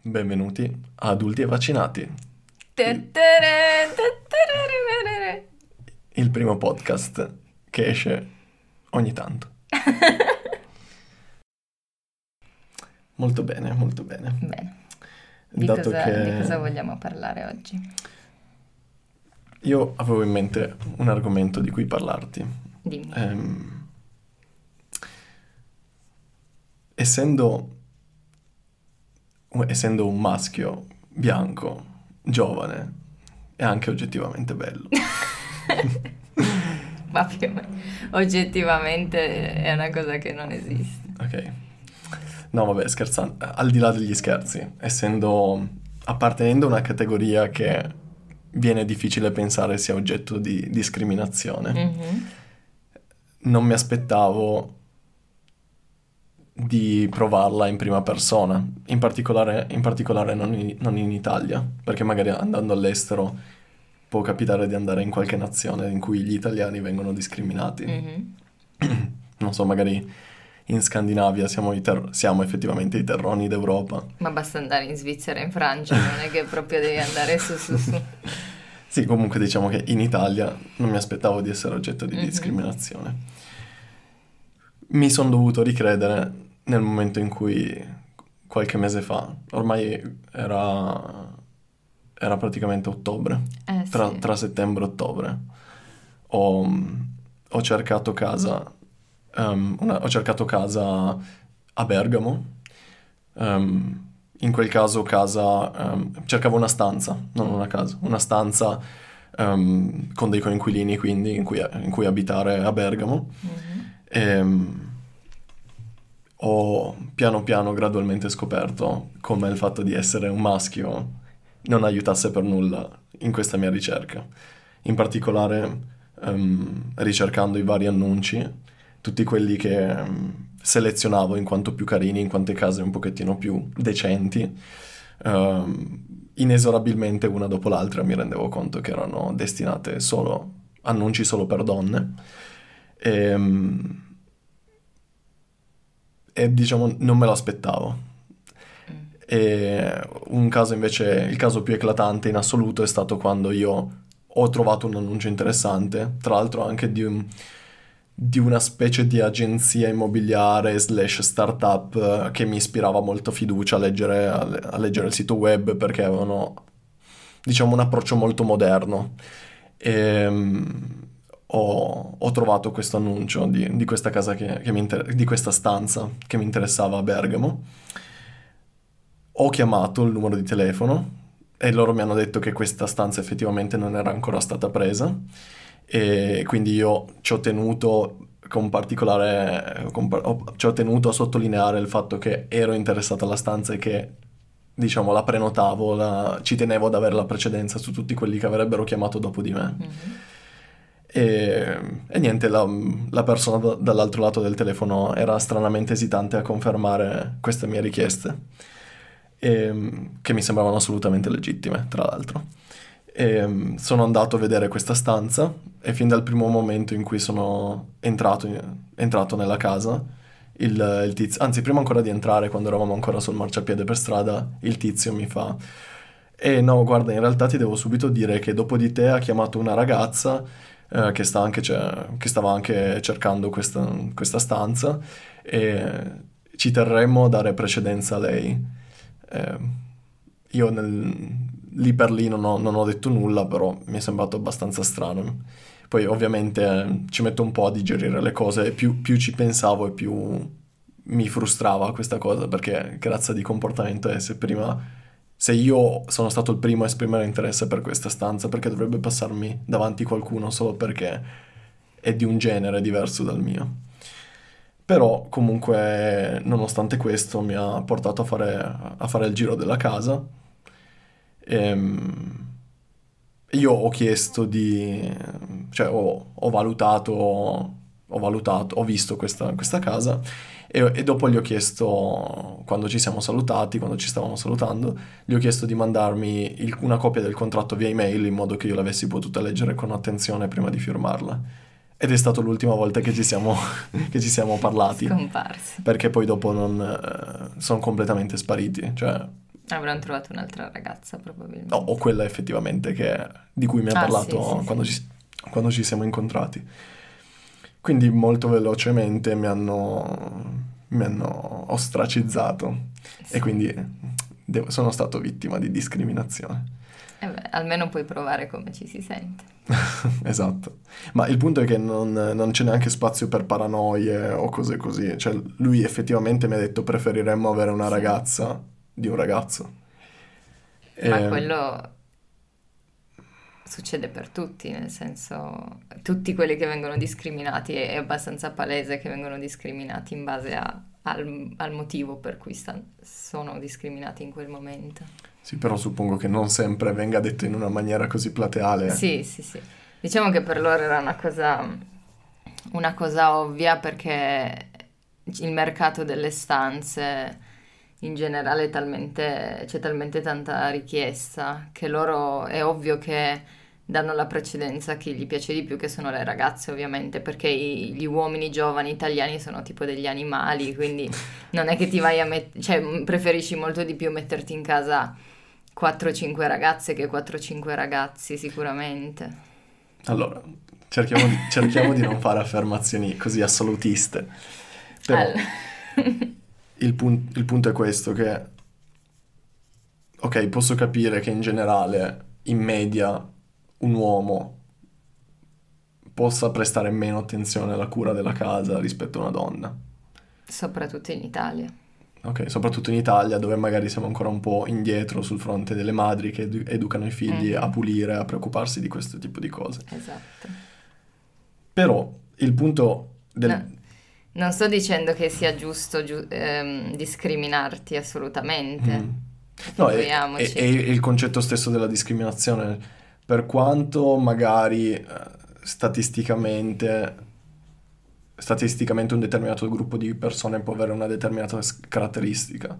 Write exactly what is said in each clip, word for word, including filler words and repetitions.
Benvenuti a Adulti e Vaccinati, il primo podcast che esce ogni tanto. Molto bene, molto bene. Bene, di Dato cosa, che di cosa vogliamo parlare oggi? io avevo in mente un argomento di cui parlarti. Dimmi. Ehm, essendo, essendo un maschio bianco, giovane e anche oggettivamente bello. Ma più o meno, oggettivamente è una cosa che non esiste. Ok. No, vabbè, scherzando, al di là degli scherzi, essendo appartenendo a una categoria che viene difficile pensare sia oggetto di discriminazione, Mhm. non mi aspettavo di provarla in prima persona, in particolare, in particolare non in, non in Italia, perché magari andando all'estero può capitare di andare in qualche nazione in cui gli italiani vengono discriminati. Mhm. Non so, magari in Scandinavia siamo, i ter- siamo effettivamente i terroni d'Europa. Ma basta andare in Svizzera e in Francia, non è che proprio devi andare su su su. Sì, comunque diciamo che in Italia non mi aspettavo di essere oggetto di Mhm. discriminazione. Mi sono dovuto ricredere nel momento in cui, qualche mese fa, ormai era, era praticamente ottobre, Eh tra, sì. tra settembre e ottobre, ho, ho cercato casa, ehm, una- ho cercato casa a Bergamo. Ehm, in quel caso casa, ehm, cercavo una stanza, non una casa, una stanza ehm, con dei coinquilini, quindi in cui, in cui abitare a Bergamo. Mhm. Ehm, ho piano piano gradualmente scoperto come il fatto di essere un maschio non aiutasse per nulla in questa mia ricerca. In particolare, ehm, ricercando i vari annunci, tutti quelli che ehm, selezionavo in quanto più carini, in quante case un pochettino più decenti, ehm, inesorabilmente una dopo l'altra mi rendevo conto che erano destinate solo annunci solo per donne. E, e diciamo non me lo aspettavo. Mm. E un caso invece, il caso più eclatante in assoluto è stato quando io ho trovato un annuncio interessante, tra l'altro anche di, un- di una specie di agenzia immobiliare slash startup eh, che mi ispirava molto fiducia a leggere, a, le- a leggere il sito web perché avevano, diciamo, un approccio molto moderno. E, mm, ho, ho trovato questo annuncio di, di questa casa che, che mi inter- di questa stanza che mi interessava a Bergamo. Ho chiamato il numero di telefono e loro mi hanno detto che questa stanza effettivamente non era ancora stata presa e quindi io ci ho tenuto con particolare con par- ho- ci ho tenuto a sottolineare il fatto che ero interessato alla stanza e che diciamo la prenotavo, la- ci tenevo ad avere la precedenza su tutti quelli che avrebbero chiamato dopo di me. Mhm. E, e niente, la, la persona da- dall'altro lato del telefono era stranamente esitante a confermare queste mie richieste, e- che mi sembravano assolutamente legittime, tra l'altro. E, sono andato a vedere questa stanza e fin dal primo momento in cui sono entrato, entrato nella casa, il, il tizio, anzi prima ancora di entrare, quando eravamo ancora sul marciapiede per strada, il tizio mi fa: "Eh no, guarda, in realtà ti devo subito dire che dopo di te ha chiamato una ragazza eh, che, sta anche ce- che stava anche cercando questa, questa stanza e ci terremmo a dare precedenza a lei." Eh, io nel- lì per lì non ho, non ho detto nulla, però mi è sembrato abbastanza strano. Poi ovviamente eh, ci metto un po' a digerire le cose e più, più ci pensavo e più mi frustrava questa cosa, perché che razza di comportamento è se prima se io sono stato il primo a esprimere interesse per questa stanza, perché dovrebbe passarmi davanti qualcuno solo perché è di un genere diverso dal mio. Però comunque, nonostante questo, mi ha portato a fare, a fare il giro della casa. Ehm, io ho chiesto di, cioè ho, ho valutato, ho valutato, ho visto questa, questa casa e, e dopo gli ho chiesto, quando ci siamo salutati, quando ci stavamo salutando, gli ho chiesto di mandarmi il- una copia del contratto via email in modo che io l'avessi potuta leggere con attenzione prima di firmarla. Ed è stata l'ultima volta che ci siamo, che ci siamo parlati, Scomparsi. perché poi dopo non, sono completamente spariti, cioè Avranno trovato un'altra ragazza probabilmente. No, o quella effettivamente che, di cui mi ha Ah, parlato sì, sì, quando, sì. ci, quando ci siamo incontrati. Quindi molto velocemente mi hanno, mi hanno ostracizzato e Sì. quindi devo- sono stato vittima di discriminazione. E beh, almeno puoi provare come ci si sente. Esatto. Ma il punto è che non, non c'è neanche spazio per paranoie o cose così. Cioè, lui effettivamente mi ha detto preferiremmo avere una Sì. ragazza di un ragazzo. Ma E- quello succede per tutti, nel senso, tutti quelli che vengono discriminati è, è abbastanza palese che vengono discriminati in base a- al, al motivo per cui stan- sono discriminati in quel momento. Sì, però suppongo che non sempre venga detto in una maniera così plateale. Sì, sì, sì. Diciamo che per loro era una cosa, una cosa ovvia perché il mercato delle stanze in generale è talmente, c'è talmente tanta richiesta che loro è ovvio che danno la precedenza a chi gli piace di più, che sono le ragazze ovviamente, perché i- gli uomini giovani italiani sono tipo degli animali, quindi non è che ti vai a mettere, cioè m- preferisci molto di più metterti in casa quattro cinque ragazze che quattro cinque ragazzi sicuramente. Allora, cerchiamo di, cerchiamo di non fare affermazioni così assolutiste. Però Al- il, pun- il punto è questo, che, ok, posso capire che in generale, in media, un uomo possa prestare meno attenzione alla cura della casa rispetto a una donna. Soprattutto in Italia. Ok, soprattutto in Italia, dove magari siamo ancora un po' indietro sul fronte delle madri che edu- educano i figli a Mhm, pulire, a preoccuparsi di questo tipo di cose. esatto. Però il punto del... No, non sto dicendo che sia giusto giu- ehm, discriminarti assolutamente, Mm. No, è, è- è figuriamoci. il concetto stesso della discriminazione, per quanto magari eh, statisticamente, statisticamente un determinato gruppo di persone può avere una determinata s- caratteristica.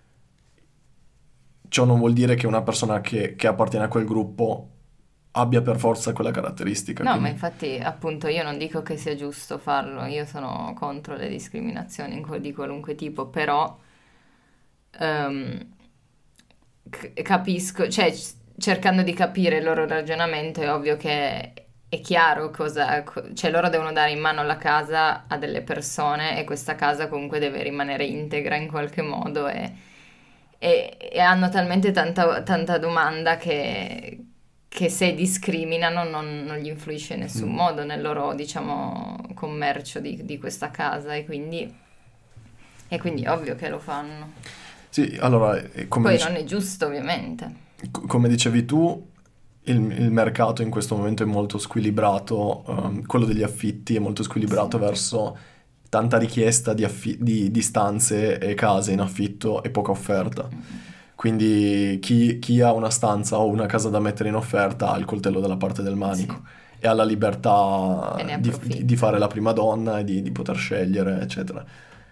Ciò non vuol dire che una persona che, che appartiene a quel gruppo abbia per forza quella caratteristica, No, ma quindi... infatti appunto io non dico che sia giusto farlo, io sono contro le discriminazioni in qual- di qualunque tipo, però ehm, c- capisco, cioè c- cercando di capire il loro ragionamento è ovvio che è chiaro cosa, co- cioè loro devono dare in mano la casa a delle persone e questa casa comunque deve rimanere integra in qualche modo e, e- e hanno talmente tanta, tanta domanda che, che se discriminano non, non gli influisce in nessun Mm. modo nel loro, diciamo, commercio di, di questa casa e quindi, e quindi è ovvio che lo fanno. Sì, allora, eh, come Poi dice- non è giusto, ovviamente. Co- come dicevi tu, il, il mercato in questo momento è molto squilibrato, ehm, quello degli affitti è molto squilibrato Sì. verso tanta richiesta di, affi- di- di stanze e case in affitto e poca offerta. Quindi chi, chi ha una stanza o una casa da mettere in offerta ha il coltello dalla parte del Sì, manico e ha la libertà e ne di, di- di approfitta. fare la prima donna e di, di poter scegliere, eccetera.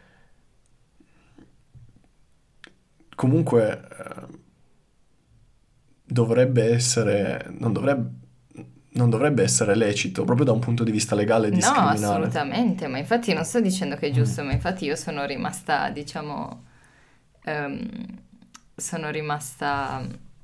Comunque, eh, dovrebbe essere, non dovrebbe, non dovrebbe essere lecito, proprio da un punto di vista legale, No, discriminare. assolutamente, ma infatti non sto dicendo che è Mm. giusto, ma infatti io sono rimasta, diciamo, ehm, sono rimasta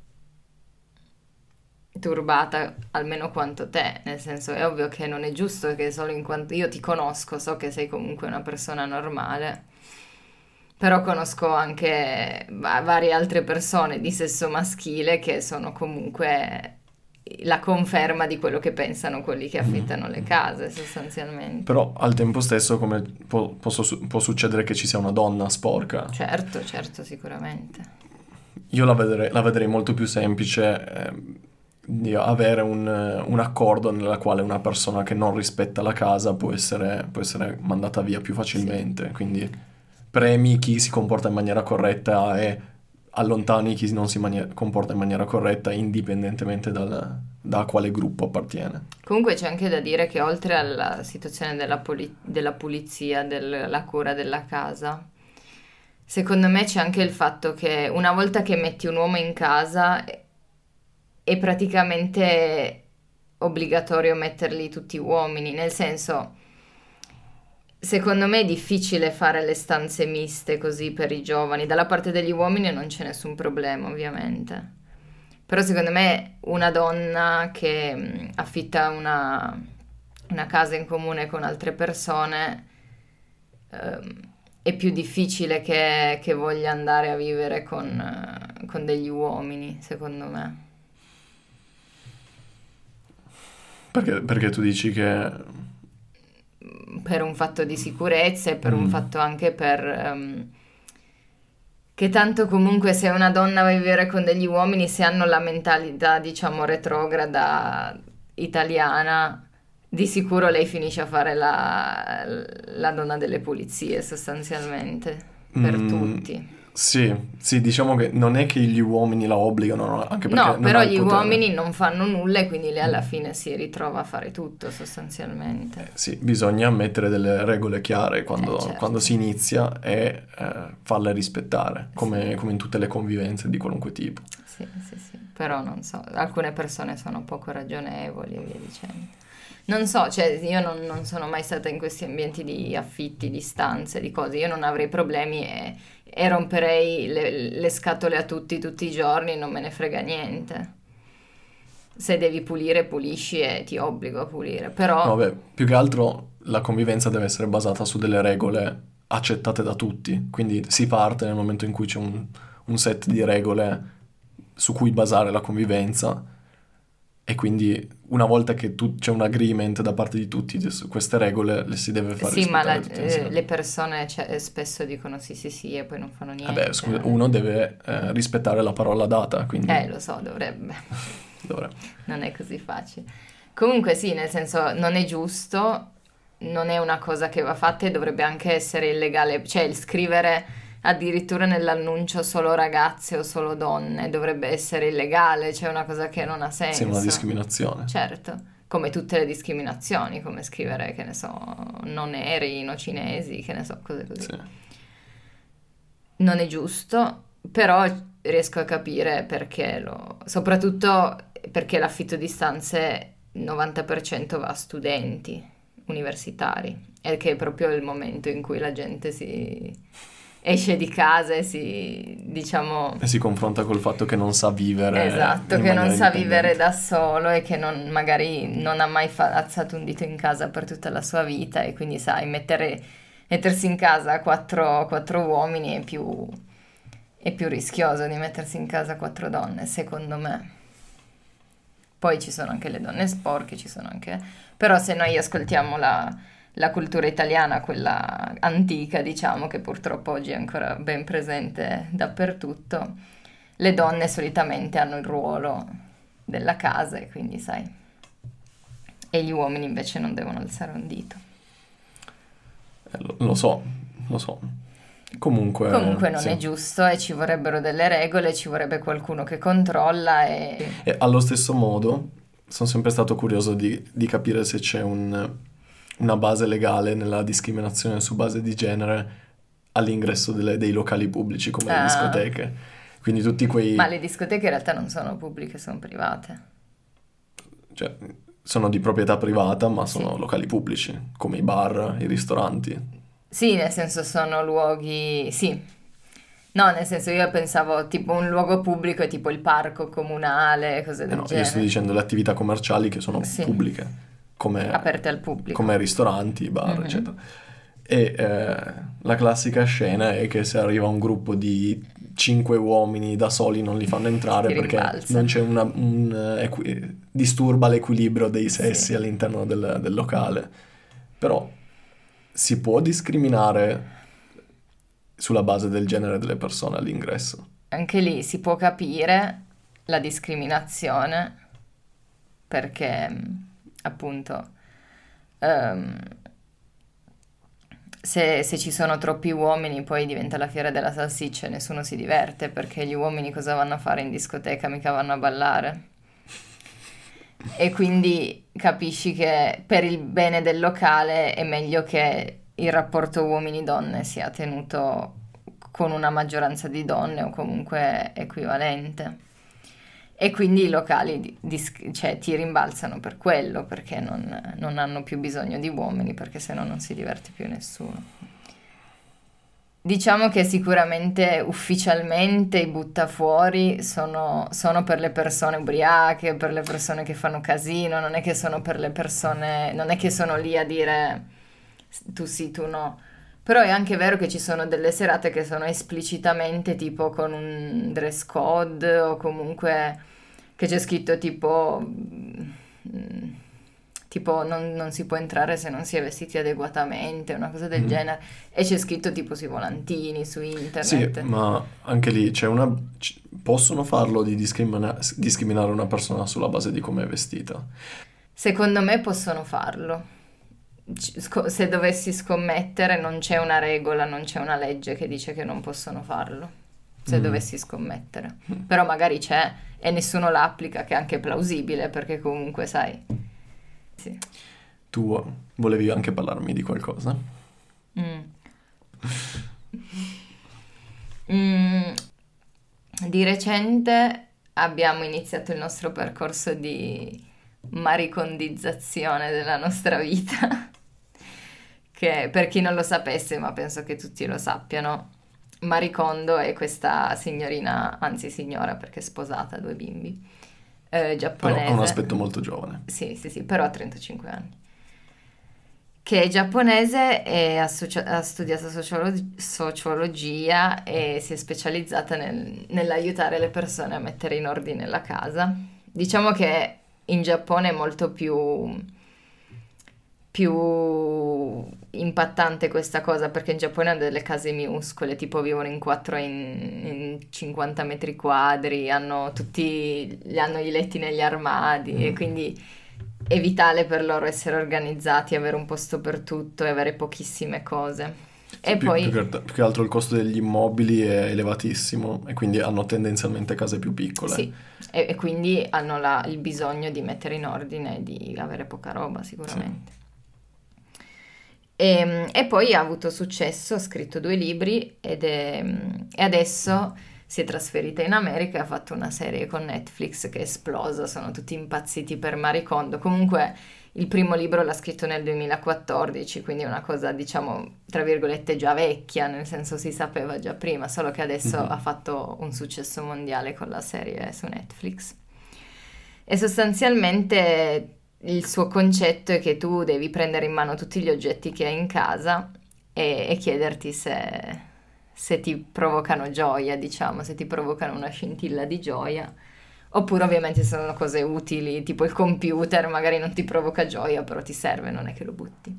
turbata almeno quanto te, nel senso è ovvio che non è giusto che solo in quanto io ti conosco, so che sei comunque una persona normale, però conosco anche va- varie altre persone di sesso maschile che sono comunque la conferma di quello che pensano quelli che Mm. affittano le case, sostanzialmente. Però al tempo stesso come può, posso su- può succedere che ci sia una donna sporca. Certo, certo, sicuramente. Io la vedrei, la vedrei molto più semplice ehm, di avere un, eh, un accordo nella quale una persona che non rispetta la casa può essere, può essere mandata via più Sì, facilmente. Quindi premi chi si comporta in maniera corretta e allontani chi non si manie- comporta in maniera corretta, indipendentemente dal, da quale gruppo appartiene. comunque c'è anche da dire che oltre alla situazione della, poli- della pulizia, della cura della casa, secondo me c'è anche il fatto che una volta che metti un uomo in casa è praticamente obbligatorio metterli tutti uomini, nel senso secondo me è difficile fare le stanze miste così per i giovani. Dalla parte degli uomini non c'è nessun problema, ovviamente. Però secondo me una donna che mh, affitta una, una casa in comune con altre persone ehm, è più difficile che, che voglia andare a vivere con, eh, con degli uomini, secondo me. Perché, perché tu dici che... Per un fatto di sicurezza e per Mm. un fatto anche per... ehm, che tanto comunque se una donna va a vivere con degli uomini, se hanno la mentalità, diciamo, retrograda italiana, di sicuro lei finisce a fare la, la donna delle pulizie, sostanzialmente, per Mm, tutti. Sì, sì, diciamo che non è che gli uomini la obbligano, no? Anche perché No, non però ha il gli potere. uomini non fanno nulla e quindi lei alla Mm. fine si ritrova a fare tutto, sostanzialmente. Sì, bisogna mettere delle regole chiare quando, Eh, certo. quando si inizia e eh, farle rispettare, come, Sì. come in tutte le convivenze di qualunque tipo. Sì, sì, sì, però non so, alcune persone sono poco ragionevoli e via dicendo. Non so, cioè io non, non sono mai stata in questi ambienti di affitti, di stanze, di cose, io non avrei problemi e, e romperei le, le scatole a tutti tutti i giorni, non me ne frega niente. Se devi pulire, pulisci e ti obbligo a pulire, No, però vabbè, più che altro la convivenza deve essere basata su delle regole accettate da tutti, quindi si parte nel momento in cui c'è un, un set di regole su cui basare la convivenza e quindi una volta che tu- c'è un agreement da parte di tutti su queste regole le si deve fare sì, ma rispettare la- tutti eh, insieme. le persone cioè, spesso dicono sì sì sì e poi non fanno niente. Vabbè, scusa, uno deve eh, rispettare la parola data, quindi Eh, lo so, dovrebbe. dovrebbe. Non è così facile. Comunque sì, nel senso non è giusto, non è una cosa che va fatta e dovrebbe anche essere illegale, cioè il scrivere addirittura nell'annuncio solo ragazze o solo donne dovrebbe essere illegale, cioè una cosa che non ha Sì, è senso. una discriminazione. Certo, come tutte le discriminazioni, come scrivere, che ne so, non neri, no cinesi, che ne so, cose così. Sì. Non è giusto, però riesco a capire perché lo... soprattutto perché l'affitto di stanze novanta per cento va a studenti universitari e che è proprio il momento in cui la gente si esce di casa e si, diciamo... E si confronta col fatto che non sa vivere Esatto, in che non maniera sa vivere indipendente. da solo e che non, magari non ha mai fa- alzato un dito in casa per tutta la sua vita e quindi sai, mettere, mettersi in casa quattro, quattro uomini è più, è più rischioso di mettersi in casa quattro donne, secondo me. Poi ci sono anche le donne sporche, ci sono anche... Però se noi ascoltiamo la, la cultura italiana, quella antica, diciamo, che purtroppo oggi è ancora ben presente dappertutto, le donne solitamente hanno il ruolo della casa e quindi sai, e gli uomini invece non devono alzare un dito. Eh, lo, lo so, lo so. Comunque, Comunque non sì. è giusto e ci vorrebbero delle regole, ci vorrebbe qualcuno che controlla e... E allo stesso modo, sono sempre stato curioso di, di capire se c'è un- una base legale nella discriminazione su base di genere all'ingresso delle- dei locali pubblici come le Ah. discoteche. Quindi tutti quei... Ma le discoteche in realtà non sono pubbliche, sono private. cioè, sono di proprietà privata, ma sono Sì. locali pubblici, come i bar, i ristoranti. Sì, nel senso sono luoghi... Sì. No, nel senso io pensavo tipo un luogo pubblico è tipo il parco comunale, cose Eh del no, io genere. sto dicendo le attività commerciali che sono Sì. pubbliche, come, Aperte al pubblico. come ristoranti, bar, Mhm. eccetera. E eh, la classica scena è che se arriva un gruppo di cinque uomini da soli non li fanno entrare Ti perché rimbalza. non c'è una, un eh, equi- disturba l'equilibrio dei sessi Sì. all'interno del, del locale. Però si può discriminare sulla base del genere delle persone all'ingresso. Anche lì si può capire la discriminazione perché mh, appunto ehm, se, se ci sono troppi uomini poi diventa la fiera della salsiccia e nessuno si diverte perché gli uomini cosa vanno a fare in discoteca? Mica vanno a ballare. E quindi capisci che per il bene del locale è meglio che il rapporto uomini-donne sia tenuto con una maggioranza di donne o comunque equivalente. E quindi i locali di- dis- cioè, ti rimbalzano per quello, perché non, non hanno più bisogno di uomini, perché sennò non si diverte più nessuno. Diciamo che sicuramente ufficialmente i buttafuori sono, sono per le persone ubriache, per le persone che fanno casino, non è che sono per le persone, non è che sono lì a dire tu sì, tu no. Però è anche vero che ci sono delle serate che sono esplicitamente tipo con un dress code o comunque che c'è scritto tipo, mm, tipo non, non si può entrare se non si è vestiti adeguatamente, una cosa del Mm. genere. E c'è scritto tipo sui volantini, su Sì, internet. ma anche lì c'è una... c- possono farlo di discrimina- discriminare una persona sulla base di come è vestita. Secondo me possono farlo. C- sco- Se dovessi scommettere, non c'è una regola, non c'è una legge che dice che non possono farlo. Se Mm. dovessi scommettere. Però magari c'è e nessuno l'applica, che è anche plausibile, perché comunque, sai. Sì. Tu volevi anche parlarmi di qualcosa? Mm. Mm, Di recente abbiamo iniziato il nostro percorso di maricondizzazione della nostra vita, che per chi non lo sapesse, ma penso che tutti lo sappiano, Maricondo è questa signorina, anzi signora perché è sposata, ha due bimbi, eh, Però ha un giapponese. aspetto molto giovane. Sì, sì, sì, però ha trentacinque anni. Che è giapponese e ha, socia- ha studiato sociolo- sociologia e si è specializzata nel- nell'aiutare le persone a mettere in ordine la casa. Diciamo che in Giappone è molto più, più impattante questa cosa, perché in Giappone hanno delle case minuscole, tipo vivono in quattro in, in cinquanta metri quadri, hanno tutti, hanno i letti negli armadi Mm. e quindi è vitale per loro essere organizzati, avere un posto per tutto e avere pochissime cose. Sì, E più, poi, più che, più che altro il costo degli immobili è elevatissimo e quindi hanno tendenzialmente case più piccole. sì, e, e quindi hanno la- il bisogno di mettere in ordine e di avere poca roba sicuramente. E, e poi ha avuto successo, ha scritto due libri ed è- e adesso si è trasferita in America e ha fatto una serie con Netflix che è esplosa, sono tutti impazziti per Maricondo. Comunque il primo libro l'ha scritto nel duemilaquattordici, quindi è una cosa, diciamo, tra virgolette già vecchia, nel senso si sapeva già prima, solo che adesso Mhm. ha fatto un successo mondiale con la serie su Netflix. E sostanzialmente il suo concetto è che tu devi prendere in mano tutti gli oggetti che hai in casa e, e chiederti se, se ti provocano gioia, diciamo, se ti provocano una scintilla di gioia. Oppure ovviamente se sono cose utili, tipo il computer, magari non ti provoca gioia, però ti serve, non è che lo butti.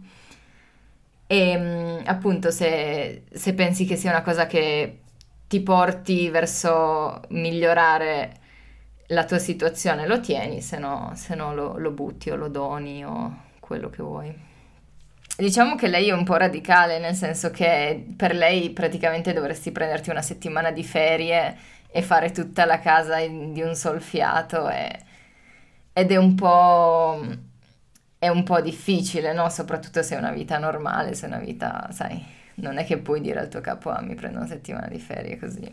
E mh, appunto se, se pensi che sia una cosa che ti porti verso migliorare la tua situazione, lo tieni, se no, se no lo, lo butti o lo doni o quello che vuoi. Diciamo che lei è un po' radicale, nel senso che per lei praticamente dovresti prenderti una settimana di ferie e fare tutta la casa in- di un sol fiato e- ed è un po', è un po' difficile, no? Soprattutto se è una vita normale, se è una vita, sai, non è che puoi dire al tuo capo, ah, mi prendo una settimana di ferie così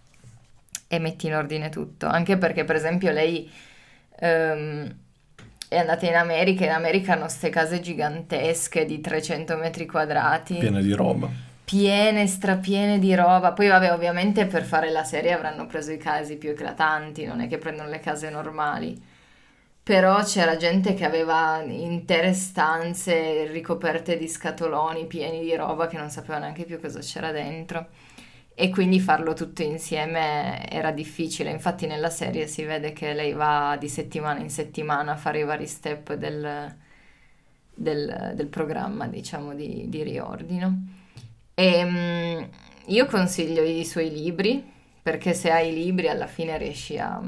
e metti in ordine tutto. Anche perché, per esempio, lei ehm, è andata in America, in America hanno queste case gigantesche di trecento metri quadrati Piene di roba. piene, strapiene di roba. Poi vabbè, ovviamente per fare la serie avranno preso i casi più eclatanti, non è che prendono le case normali. Però c'era gente che aveva intere stanze ricoperte di scatoloni pieni di roba che non sapeva neanche più cosa c'era dentro. E quindi farlo tutto insieme era difficile. Infatti nella serie si vede che lei va di settimana in settimana a fare i vari step del, del- del programma, diciamo, di, di riordino. E, mm, io consiglio i suoi libri, perché se hai i libri alla fine riesci a...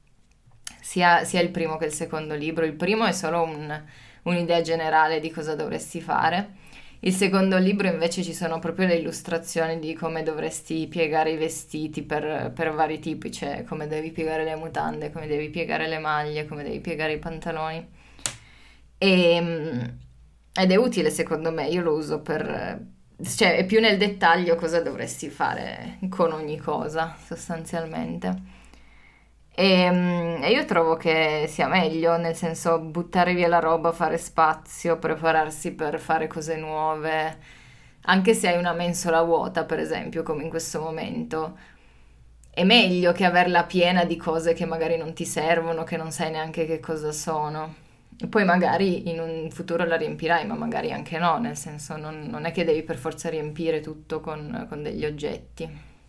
Sia, sia il primo che il secondo libro. Il primo è solo un- un'idea generale di cosa dovresti fare. Il secondo libro invece ci sono proprio le illustrazioni di come dovresti piegare i vestiti per, per vari tipi, cioè come devi piegare le mutande, come devi piegare le maglie, come devi piegare i pantaloni. E, mm, ed è utile secondo me, io lo uso per... cioè è più nel dettaglio cosa dovresti fare con ogni cosa, sostanzialmente. E, mm, e io trovo che sia meglio, nel senso buttare via la roba, fare spazio, prepararsi per fare cose nuove, anche se hai una mensola vuota, per esempio, come in questo momento. È meglio che averla piena di cose che magari non ti servono, che non sai neanche che cosa sono. E poi magari in un futuro la riempirai, ma magari anche no, nel senso non, non è che devi per forza riempire tutto con, con degli oggetti.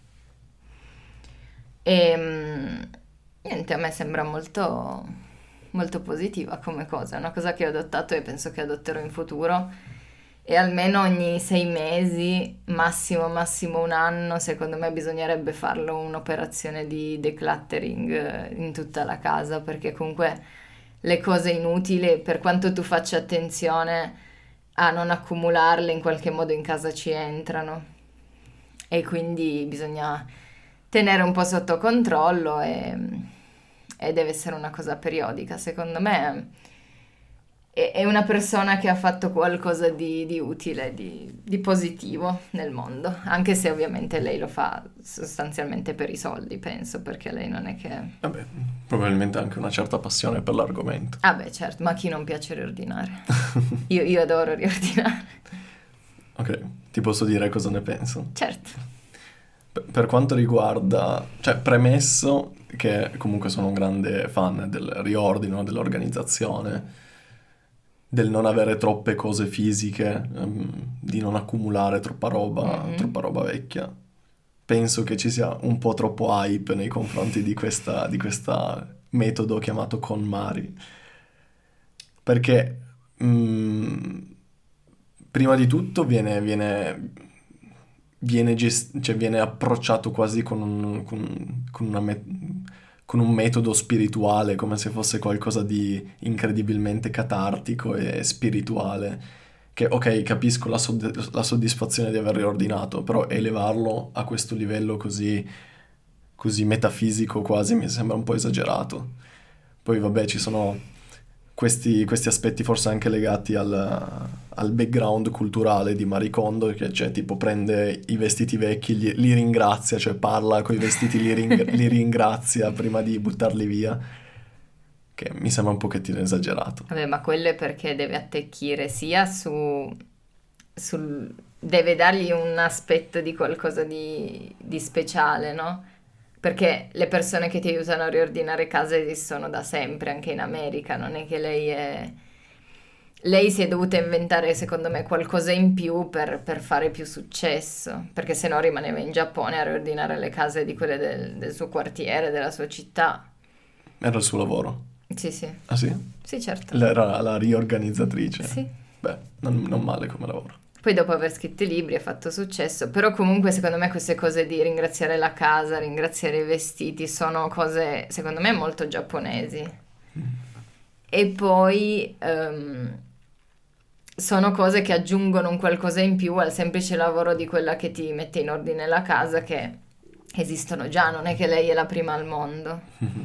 E mm, niente, a me sembra molto, molto positiva come cosa, è una cosa che ho adottato e penso che adotterò in futuro. E almeno ogni sei mesi, massimo massimo un anno, secondo me bisognerebbe farlo un'operazione di decluttering eh, in tutta la casa, perché comunque le cose inutili, per quanto tu faccia attenzione a non accumularle, in qualche modo in casa ci entrano. E quindi bisogna tenere un po' sotto controllo e, e deve essere una cosa periodica. Secondo me è, è una persona che ha fatto qualcosa di, di utile, di, di positivo nel mondo, anche se ovviamente lei lo fa sostanzialmente per i soldi, penso, perché lei non è che... Vabbè, probabilmente anche una certa passione per l'argomento. Ah beh, certo, ma a chi non piace riordinare? Io, io adoro riordinare. Ok, ti posso dire cosa ne penso? Certo. Per per quanto riguarda, cioè premesso che comunque sono un grande fan del riordino, dell'organizzazione, del non avere troppe cose fisiche, ehm, di non accumulare troppa roba, Mhm. troppa roba vecchia. Penso che ci sia un po' troppo hype nei confronti di questa, di questa metodo chiamato KonMari. Perché mm, prima di tutto viene, viene, viene, gest- cioè viene approcciato quasi con un, con, con una me- con un metodo spirituale, come se fosse qualcosa di incredibilmente catartico e spirituale. Che ok, capisco la, sod- la soddisfazione di aver riordinato, però elevarlo a questo livello così, così metafisico quasi mi sembra un po' esagerato. Poi vabbè, ci sono questi, questi aspetti forse anche legati al, al background culturale di Marie Kondo, che cioè tipo prende i vestiti vecchi, li, li ringrazia, cioè parla con i vestiti, li, ring- li ringrazia prima di buttarli via, che mi sembra un pochettino esagerato. Vabbè, ma quello è perché deve attecchire sia su, sul... deve dargli un aspetto di qualcosa di, di speciale, no? Perché le persone che ti aiutano a riordinare casa esistono da sempre, anche in America, non è che lei è... Lei si è dovuta inventare, secondo me, qualcosa in più per, per fare più successo, perché se no rimaneva in Giappone a riordinare le case di quelle del, del suo quartiere, della sua città. Era il suo lavoro. Sì, sì, Ah sì? sì, certo. Lei era la riorganizzatrice. Sì. Beh, non, non male come lavoro. Poi dopo aver scritto i libri ha fatto successo, però comunque secondo me queste cose di ringraziare la casa, ringraziare i vestiti sono cose secondo me molto giapponesi. E poi ehm, sono cose che aggiungono un qualcosa in più al semplice lavoro di quella che ti mette in ordine la casa, che esistono già, non è che lei è la prima al mondo.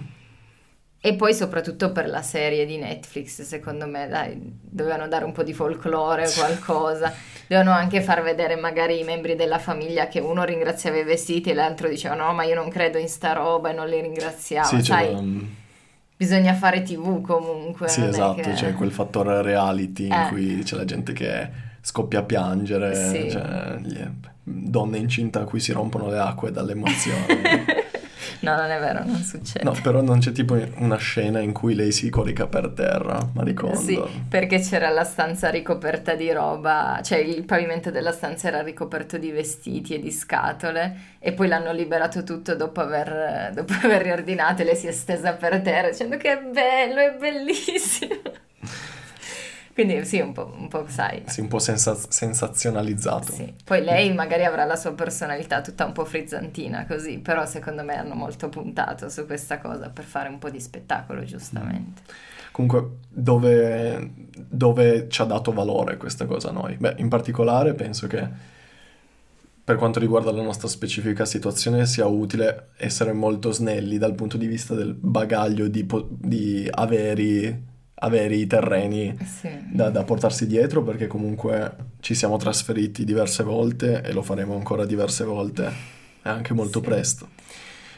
E poi soprattutto per la serie di Netflix, secondo me, dai, dovevano dare un po' di folklore o qualcosa. Dovevano anche far vedere magari i membri della famiglia che uno ringraziava i vestiti e l'altro diceva no, ma io non credo in sta roba e non li ringraziavo. Sì, Sai, c'era, um, bisogna fare tivù comunque, sì, non è esatto, che... c'è quel fattore reality in Eh, cui c'è la gente che scoppia a piangere, sì. cioè, gli- donne incinte a cui si rompono le acque dall'emozione. No, non è vero, non No, succede. però non c'è tipo una scena in cui lei si corica per terra, Marie Sì, Kondo. perché c'era la stanza ricoperta di roba, cioè il pavimento della stanza era ricoperto di vestiti e di scatole e poi l'hanno liberato tutto dopo aver, dopo aver riordinato e lei si è stesa per terra dicendo che è bello, è bellissimo. Quindi sì, un po', un po' sai. Sì, un po' senza- sensazionalizzato. Sì. Poi lei magari avrà la sua personalità tutta un po' frizzantina così, però secondo me hanno molto puntato su questa cosa per fare un po' di spettacolo, giustamente. Comunque, dove, dove ci ha dato valore questa cosa a noi? Beh, in particolare penso che per quanto riguarda la nostra specifica situazione sia utile essere molto snelli dal punto di vista del bagaglio di, po- di averi, averi terreni Sì. da, da portarsi dietro, perché comunque ci siamo trasferiti diverse volte e lo faremo ancora diverse volte, e anche molto Sì. presto.